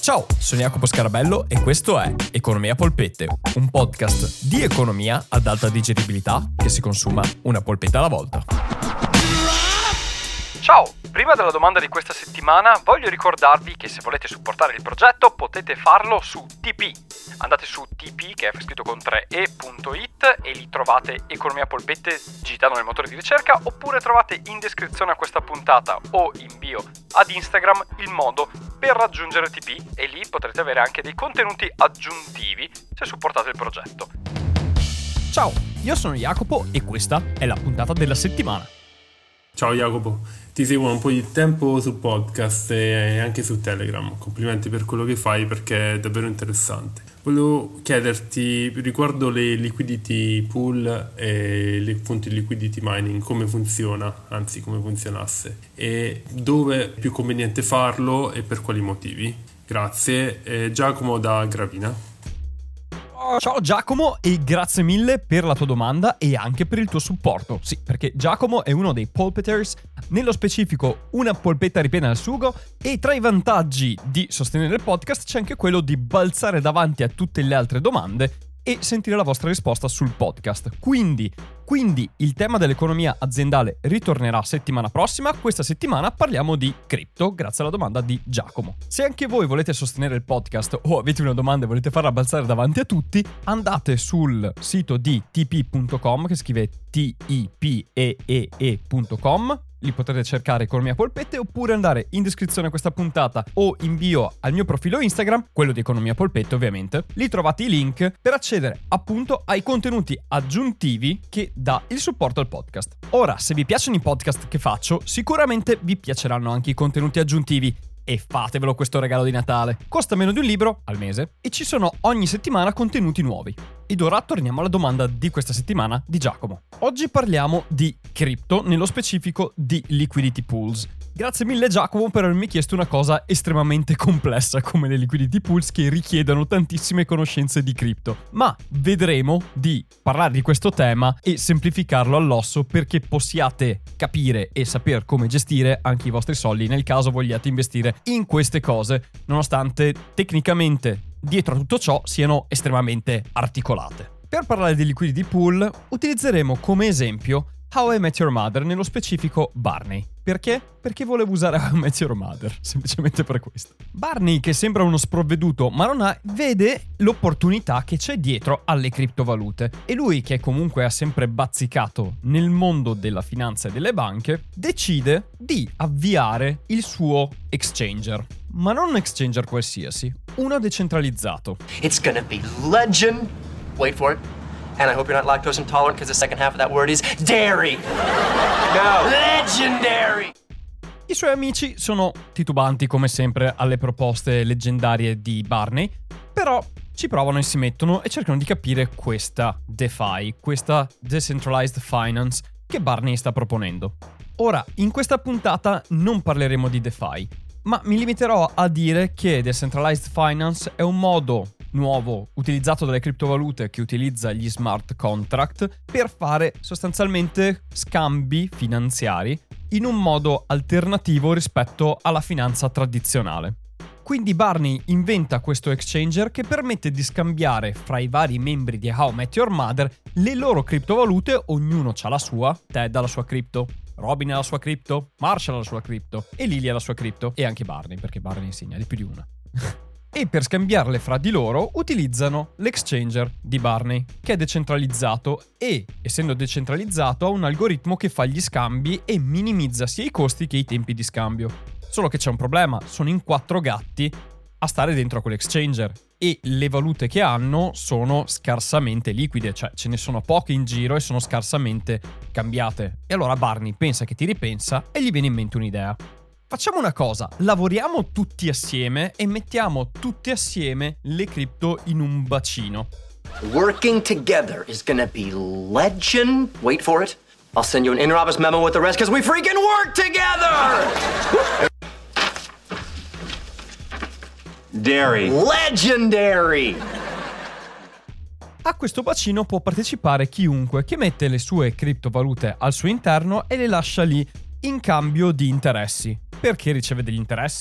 Ciao, sono Jacopo Scarabello e questo è Economia Polpette, un podcast di economia ad alta digeribilità che si consuma una polpetta alla volta. Ciao, prima della domanda di questa settimana voglio ricordarvi che se volete supportare il progetto potete farlo su TP. Andate su TP, che è scritto con 3e.it, e lì trovate Economia Polpette digitando nel motore di ricerca, oppure trovate in descrizione a questa puntata o in bio ad Instagram il modo per raggiungere TP, e lì potrete avere anche dei contenuti aggiuntivi se supportate il progetto. Ciao, io sono Jacopo e questa è la puntata della settimana. Ciao Jacopo, ti seguo un po' di tempo sul podcast e anche su Telegram. Complimenti per quello che fai perché è davvero interessante. Volevo chiederti riguardo le liquidity pool e le fonti di liquidity mining, come funziona, anzi come funzionasse, e dove è più conveniente farlo e per quali motivi. Grazie. Giacomo da Gravina. Ciao Giacomo e grazie mille per la tua domanda e anche per il tuo supporto. Sì, perché Giacomo è uno dei polpetters, nello specifico una polpetta ripiena al sugo, e tra i vantaggi di sostenere il podcast c'è anche quello di balzare davanti a tutte le altre domande e sentire la vostra risposta sul podcast. Quindi il tema dell'economia aziendale ritornerà settimana prossima. Questa settimana parliamo di cripto, grazie alla domanda di Giacomo. Se anche voi volete sostenere il podcast o avete una domanda e volete farla balzare davanti a tutti, andate sul sito di tp.com, che scrive TIPEEE.com. Lì potrete cercare Economia Polpette, oppure andare in descrizione a questa puntata o invio al mio profilo Instagram, quello di Economia Polpette ovviamente. Lì trovate i link per accedere appunto ai contenuti aggiuntivi che dà il supporto al podcast. Ora, se vi piacciono i podcast che faccio, sicuramente vi piaceranno anche i contenuti aggiuntivi. E fatevelo questo regalo di Natale. Costa meno di un libro al mese e ci sono ogni settimana contenuti nuovi. Ed ora torniamo alla domanda di questa settimana di Giacomo. Oggi parliamo di cripto, nello specifico di liquidity pools. Grazie mille Giacomo per avermi chiesto una cosa estremamente complessa come le liquidity pools, che richiedono tantissime conoscenze di cripto. Ma vedremo di parlare di questo tema e semplificarlo all'osso perché possiate capire e saper come gestire anche i vostri soldi nel caso vogliate investire in queste cose, nonostante tecnicamente dietro a tutto ciò siano estremamente articolate. Per parlare di liquidity pool utilizzeremo come esempio How I Met Your Mother, nello specifico Barney. Perché? Perché volevo usare How I Met Your Mother, semplicemente per questo. Barney, che sembra uno sprovveduto, ma vede l'opportunità che c'è dietro alle criptovalute. E lui, che comunque ha sempre bazzicato nel mondo della finanza e delle banche, decide di avviare il suo exchanger. Ma non un exchanger qualsiasi, uno decentralizzato. It's gonna be legend. Wait for it. And I hope you're not lactose intolerant, because the second half of that word is dairy. No. Legendary. I suoi amici sono titubanti come sempre alle proposte leggendarie di Barney, però ci provano e si mettono e cercano di capire questa DeFi, questa Decentralized Finance che Barney sta proponendo. Ora, in questa puntata non parleremo di DeFi, ma mi limiterò a dire che Decentralized Finance è un modo nuovo utilizzato dalle criptovalute che utilizza gli smart contract per fare sostanzialmente scambi finanziari in un modo alternativo rispetto alla finanza tradizionale. Quindi Barney inventa questo exchanger che permette di scambiare fra i vari membri di How I Met Your Mother le loro criptovalute. Ognuno ha la sua, Ted ha la sua cripto, Robin ha la sua cripto, Marshall ha la sua cripto e Lily ha la sua cripto, e anche Barney, perché Barney insegna di più di una. E per scambiarle fra di loro utilizzano l'exchanger di Barney, che è decentralizzato e, essendo decentralizzato, ha un algoritmo che fa gli scambi e minimizza sia i costi che i tempi di scambio. Solo che c'è un problema, sono in 4 gatti a stare dentro a quell'exchanger e le valute che hanno sono scarsamente liquide, cioè ce ne sono poche in giro e sono scarsamente cambiate. E allora Barney pensa che ti ripensa e gli viene in mente un'idea. Facciamo una cosa, lavoriamo tutti assieme e mettiamo tutti assieme le cripto in un bacino. Working together is gonna be legend. Wait for it. I'll send you an inter-office memo with the rest, because we freaking work together! Dairy. Legendary! A questo bacino può partecipare chiunque che mette le sue criptovalute al suo interno e le lascia lì in cambio di interessi. Perché riceve degli interessi?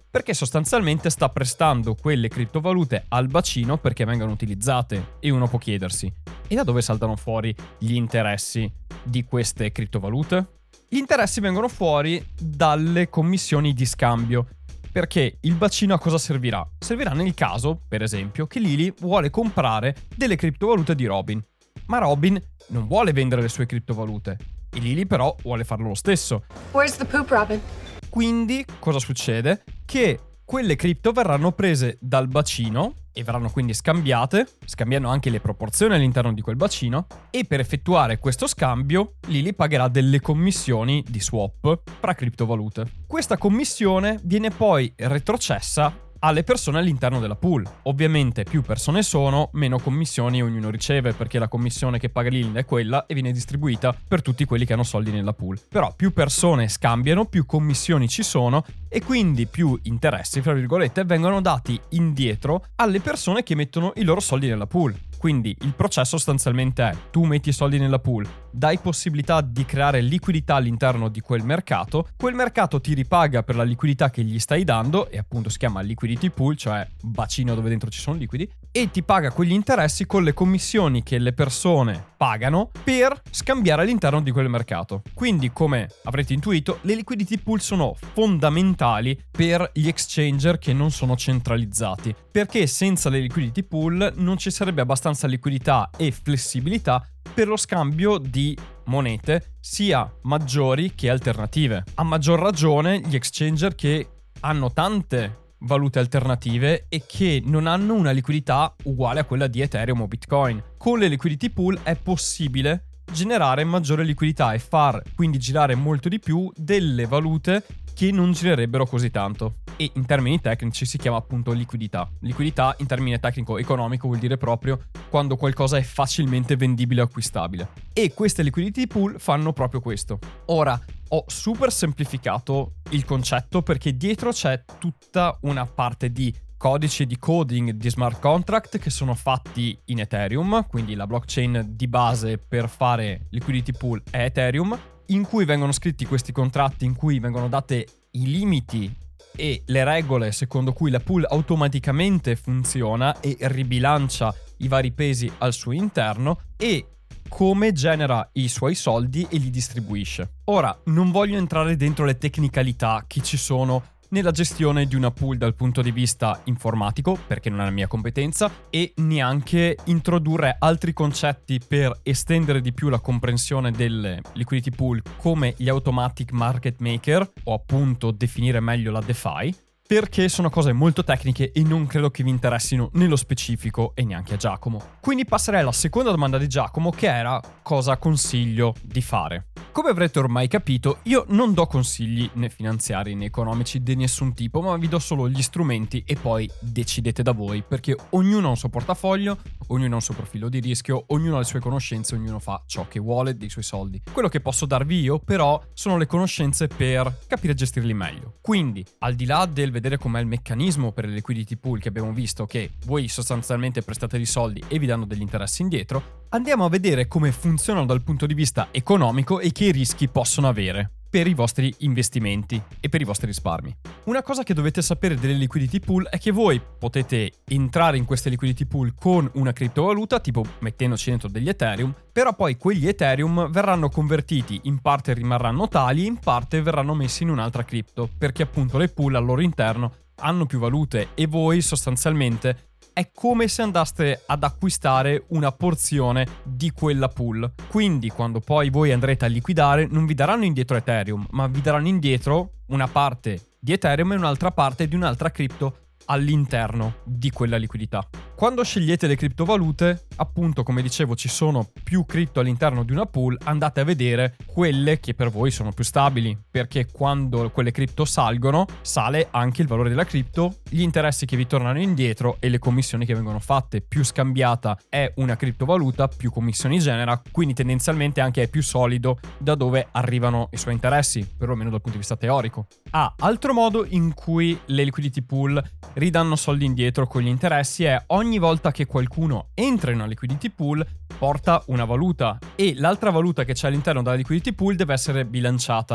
Perché sostanzialmente sta prestando quelle criptovalute al bacino perché vengano utilizzate. E uno può chiedersi: e da dove saltano fuori gli interessi di queste criptovalute? Gli interessi vengono fuori dalle commissioni di scambio. Perché il bacino a cosa servirà? Servirà nel caso, per esempio, che Lily vuole comprare delle criptovalute di Robin. Ma Robin non vuole vendere le sue criptovalute. E Lily però vuole farlo lo stesso. Where's the poop, Robin? Quindi cosa succede? Che quelle cripto verranno prese dal bacino e verranno quindi scambiando anche le proporzioni all'interno di quel bacino, e per effettuare questo scambio Lily pagherà delle commissioni di swap fra criptovalute. Questa commissione viene poi retrocessa alle persone all'interno della pool. Ovviamente più persone sono, meno commissioni ognuno riceve, perché la commissione che paga Lily è quella e viene distribuita per tutti quelli che hanno soldi nella pool. Però più persone scambiano, più commissioni ci sono e quindi più interessi, fra virgolette, vengono dati indietro alle persone che mettono i loro soldi nella pool. Quindi il processo sostanzialmente è: tu metti i soldi nella pool, dai possibilità di creare liquidità all'interno di quel mercato ti ripaga per la liquidità che gli stai dando, e appunto si chiama liquidity pool, cioè bacino dove dentro ci sono liquidi, e ti paga quegli interessi con le commissioni che le persone pagano per scambiare all'interno di quel mercato. Quindi, come avrete intuito, le liquidity pool sono fondamentali per gli exchanger che non sono centralizzati, perché senza le liquidity pool non ci sarebbe abbastanza liquidità e flessibilità per lo scambio di monete sia maggiori che alternative. A maggior ragione gli exchanger che hanno tante valute alternative e che non hanno una liquidità uguale a quella di Ethereum o Bitcoin. Con le liquidity pool è possibile generare maggiore liquidità e far quindi girare molto di più delle valute che non girerebbero così tanto. E in termini tecnici si chiama appunto liquidità. Liquidità in termine tecnico-economico vuol dire proprio quando qualcosa è facilmente vendibile o acquistabile. E queste liquidity pool fanno proprio questo. Ora, ho super semplificato il concetto perché dietro c'è tutta una parte di codici di coding di smart contract che sono fatti in Ethereum, quindi la blockchain di base per fare liquidity pool è Ethereum, in cui vengono scritti questi contratti, in cui vengono date i limiti e le regole secondo cui la pool automaticamente funziona e ribilancia i vari pesi al suo interno e come genera i suoi soldi e li distribuisce. Ora, non voglio entrare dentro le tecnicalità che ci sono nella gestione di una pool dal punto di vista informatico, perché non è la mia competenza, e neanche introdurre altri concetti per estendere di più la comprensione delle liquidity pool come gli automatic market maker o appunto definire meglio la DeFi, perché sono cose molto tecniche e non credo che vi interessino nello specifico e neanche a Giacomo. Quindi passerei alla seconda domanda di Giacomo, che era: cosa consiglio di fare? Come avrete ormai capito, io non do consigli né finanziari né economici di nessun tipo, ma vi do solo gli strumenti e poi decidete da voi, perché ognuno ha un suo portafoglio, ognuno ha un suo profilo di rischio, ognuno ha le sue conoscenze, ognuno fa ciò che vuole dei suoi soldi. Quello che posso darvi io, però, sono le conoscenze per capire e gestirli meglio. Quindi, al di là del vedere com'è il meccanismo per le liquidity pool che abbiamo visto, che voi sostanzialmente prestate dei soldi e vi danno degli interessi indietro, andiamo a vedere come funzionano dal punto di vista economico e che rischi possono avere per i vostri investimenti e per i vostri risparmi. Una cosa che dovete sapere delle liquidity pool è che voi potete entrare in queste liquidity pool con una criptovaluta, tipo mettendoci dentro degli Ethereum, però poi quegli Ethereum verranno convertiti, in parte rimarranno tali, in parte verranno messi in un'altra cripto, perché appunto le pool al loro interno hanno più valute e voi sostanzialmente è come se andaste ad acquistare una porzione di quella pool. Quindi quando poi voi andrete a liquidare non vi daranno indietro Ethereum, ma vi daranno indietro una parte di Ethereum e un'altra parte di un'altra cripto all'interno di quella liquidità. Quando scegliete le criptovalute, appunto come dicevo ci sono più cripto all'interno di una pool, andate a vedere quelle che per voi sono più stabili, perché quando quelle cripto salgono, sale anche il valore della cripto, gli interessi che vi tornano indietro e le commissioni che vengono fatte. Più scambiata è una criptovaluta, più commissioni genera, quindi tendenzialmente anche è più solido da dove arrivano i suoi interessi, perlomeno dal punto di vista teorico. Altro modo in cui le liquidity pool ridanno soldi indietro con gli interessi è ogni volta che qualcuno entra in una liquidity pool porta una valuta e l'altra valuta che c'è all'interno della liquidity pool deve essere bilanciata.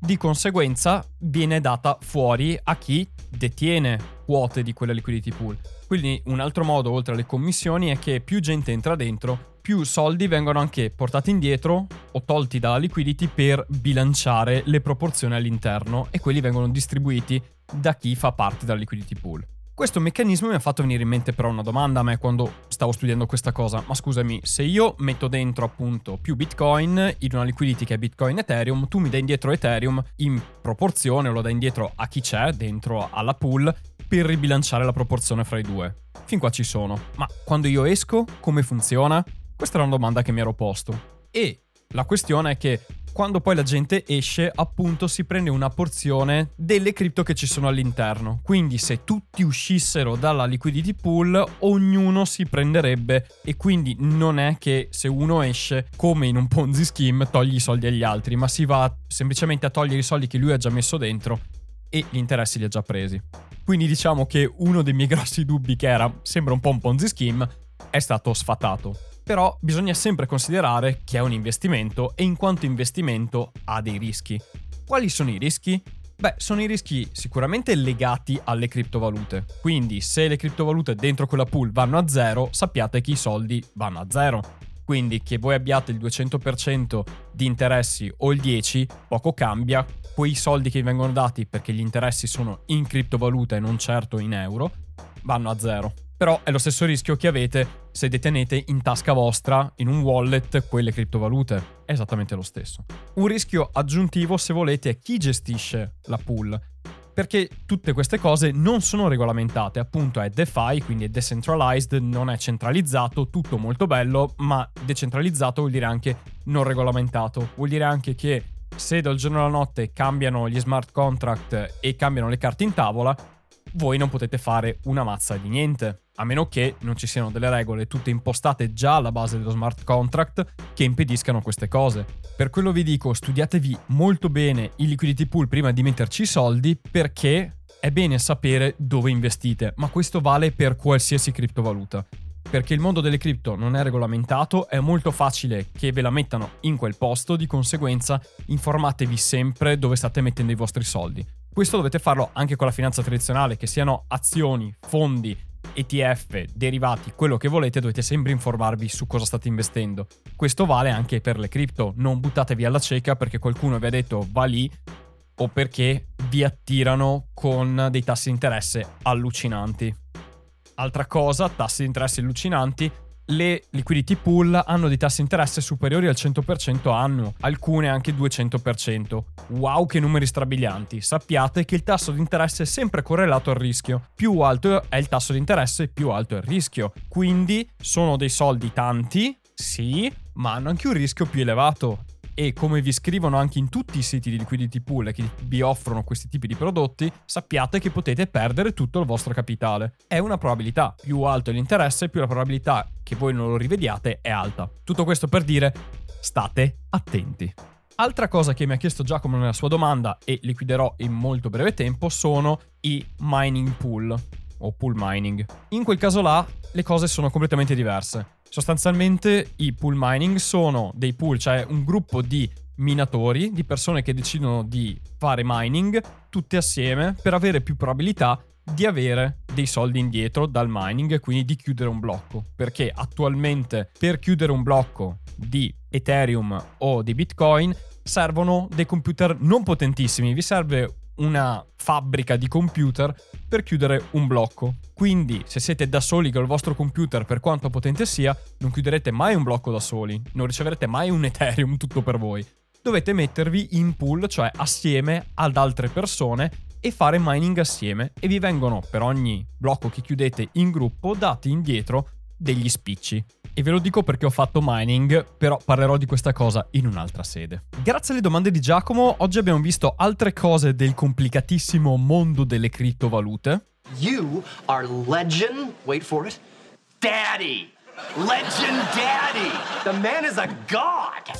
Di conseguenza viene data fuori a chi detiene quote di quella liquidity pool. Quindi un altro modo, oltre alle commissioni, è che più gente entra dentro, più soldi vengono anche portati indietro o tolti dalla liquidity per bilanciare le proporzioni all'interno, e quelli vengono distribuiti da chi fa parte della liquidity pool. Questo meccanismo mi ha fatto venire in mente però una domanda a me quando stavo studiando questa cosa. Ma scusami, se io metto dentro appunto più Bitcoin in una liquidity che è Bitcoin Ethereum, tu mi dai indietro Ethereum in proporzione, o lo dai indietro a chi c'è dentro alla pool per ribilanciare la proporzione fra i due. Fin qua ci sono. Ma quando io esco, come funziona? Questa era una domanda che mi ero posto. E la questione è che quando poi la gente esce, appunto, si prende una porzione delle cripto che ci sono all'interno. Quindi se tutti uscissero dalla liquidity pool, ognuno si prenderebbe, e quindi non è che se uno esce, come in un Ponzi scheme, togli i soldi agli altri, ma si va semplicemente a togliere i soldi che lui ha già messo dentro e gli interessi li ha già presi. Quindi diciamo che uno dei miei grossi dubbi, che sembra un po' un Ponzi scheme, è stato sfatato. Però bisogna sempre considerare che è un investimento, e in quanto investimento ha dei rischi. Quali sono i rischi? Beh, sono i rischi sicuramente legati alle criptovalute. Quindi se le criptovalute dentro quella pool vanno a zero, sappiate che i soldi vanno a zero. Quindi che voi abbiate il 200% di interessi o il 10%, poco cambia. Quei soldi che vi vengono dati, perché gli interessi sono in criptovaluta e non certo in euro, vanno a zero. Però è lo stesso rischio che avete se detenete in tasca vostra, in un wallet, quelle criptovalute. È esattamente lo stesso. Un rischio aggiuntivo, se volete, è chi gestisce la pool. Perché tutte queste cose non sono regolamentate. Appunto è DeFi, quindi è decentralized, non è centralizzato, tutto molto bello, ma decentralizzato vuol dire anche non regolamentato. Vuol dire anche che se dal giorno alla notte cambiano gli smart contract e cambiano le carte in tavola, voi non potete fare una mazza di niente, a meno che non ci siano delle regole tutte impostate già alla base dello smart contract che impediscano queste cose. Per quello vi dico, studiatevi molto bene il liquidity pool prima di metterci i soldi, perché è bene sapere dove investite, ma questo vale per qualsiasi criptovaluta. Perché il mondo delle cripto non è regolamentato, è molto facile che ve la mettano in quel posto, di conseguenza informatevi sempre dove state mettendo i vostri soldi. Questo dovete farlo anche con la finanza tradizionale, che siano azioni, fondi, ETF, derivati, quello che volete, dovete sempre informarvi su cosa state investendo. Questo vale anche per le cripto, non buttatevi alla cieca perché qualcuno vi ha detto va lì, o perché vi attirano con dei tassi di interesse allucinanti. Altra cosa, tassi di interesse allucinanti. Le liquidity pool hanno dei tassi di interesse superiori al 100% annuo, alcune anche 200%. Wow, che numeri strabilianti! Sappiate che il tasso di interesse è sempre correlato al rischio. Più alto è il tasso di interesse, più alto è il rischio. Quindi sono dei soldi tanti, sì, ma hanno anche un rischio più elevato. E come vi scrivono anche in tutti i siti di liquidity pool che vi offrono questi tipi di prodotti, sappiate che potete perdere tutto il vostro capitale. È una probabilità. Più alto è l'interesse, più la probabilità che voi non lo rivediate è alta. Tutto questo per dire, state attenti. Altra cosa che mi ha chiesto Giacomo nella sua domanda, e liquiderò in molto breve tempo, sono i mining pool o pool mining. In quel caso là le cose sono completamente diverse. Sostanzialmente i pool mining sono dei pool, cioè un gruppo di minatori, di persone che decidono di fare mining tutte assieme per avere più probabilità di avere dei soldi indietro dal mining e quindi di chiudere un blocco. Perché attualmente per chiudere un blocco di Ethereum o di Bitcoin servono dei computer non potentissimi, vi serve una fabbrica di computer per chiudere un blocco. Quindi se siete da soli con il vostro computer, per quanto potente sia, non chiuderete mai un blocco da soli, non riceverete mai un Ethereum tutto per voi. Dovete mettervi in pool, cioè assieme ad altre persone, e fare mining assieme, e vi vengono per ogni blocco che chiudete in gruppo dati indietro degli spicci. E ve lo dico perché ho fatto mining, però parlerò di questa cosa in un'altra sede. Grazie alle domande di Giacomo, oggi abbiamo visto altre cose del complicatissimo mondo delle criptovalute. You are legend, wait for it, Daddy! Legend Daddy! The man is a god!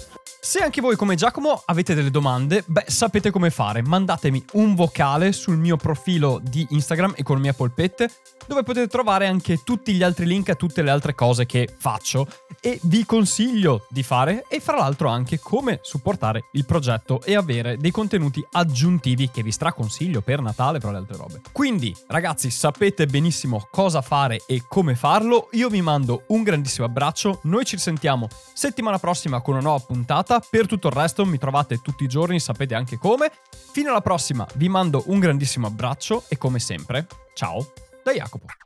Se anche voi come Giacomo avete delle domande, sapete come fare. Mandatemi un vocale sul mio profilo di Instagram Economia Polpette, dove potete trovare anche tutti gli altri link a tutte le altre cose che faccio e vi consiglio di fare, e fra l'altro anche come supportare il progetto e avere dei contenuti aggiuntivi che vi straconsiglio per Natale, fra le altre robe. Quindi ragazzi, sapete benissimo cosa fare e come farlo. Io vi mando un grandissimo abbraccio, noi ci risentiamo settimana prossima con una nuova puntata. Per tutto il resto mi trovate tutti i giorni, sapete anche come. Fino alla prossima vi mando un grandissimo abbraccio e come sempre, ciao da Jacopo.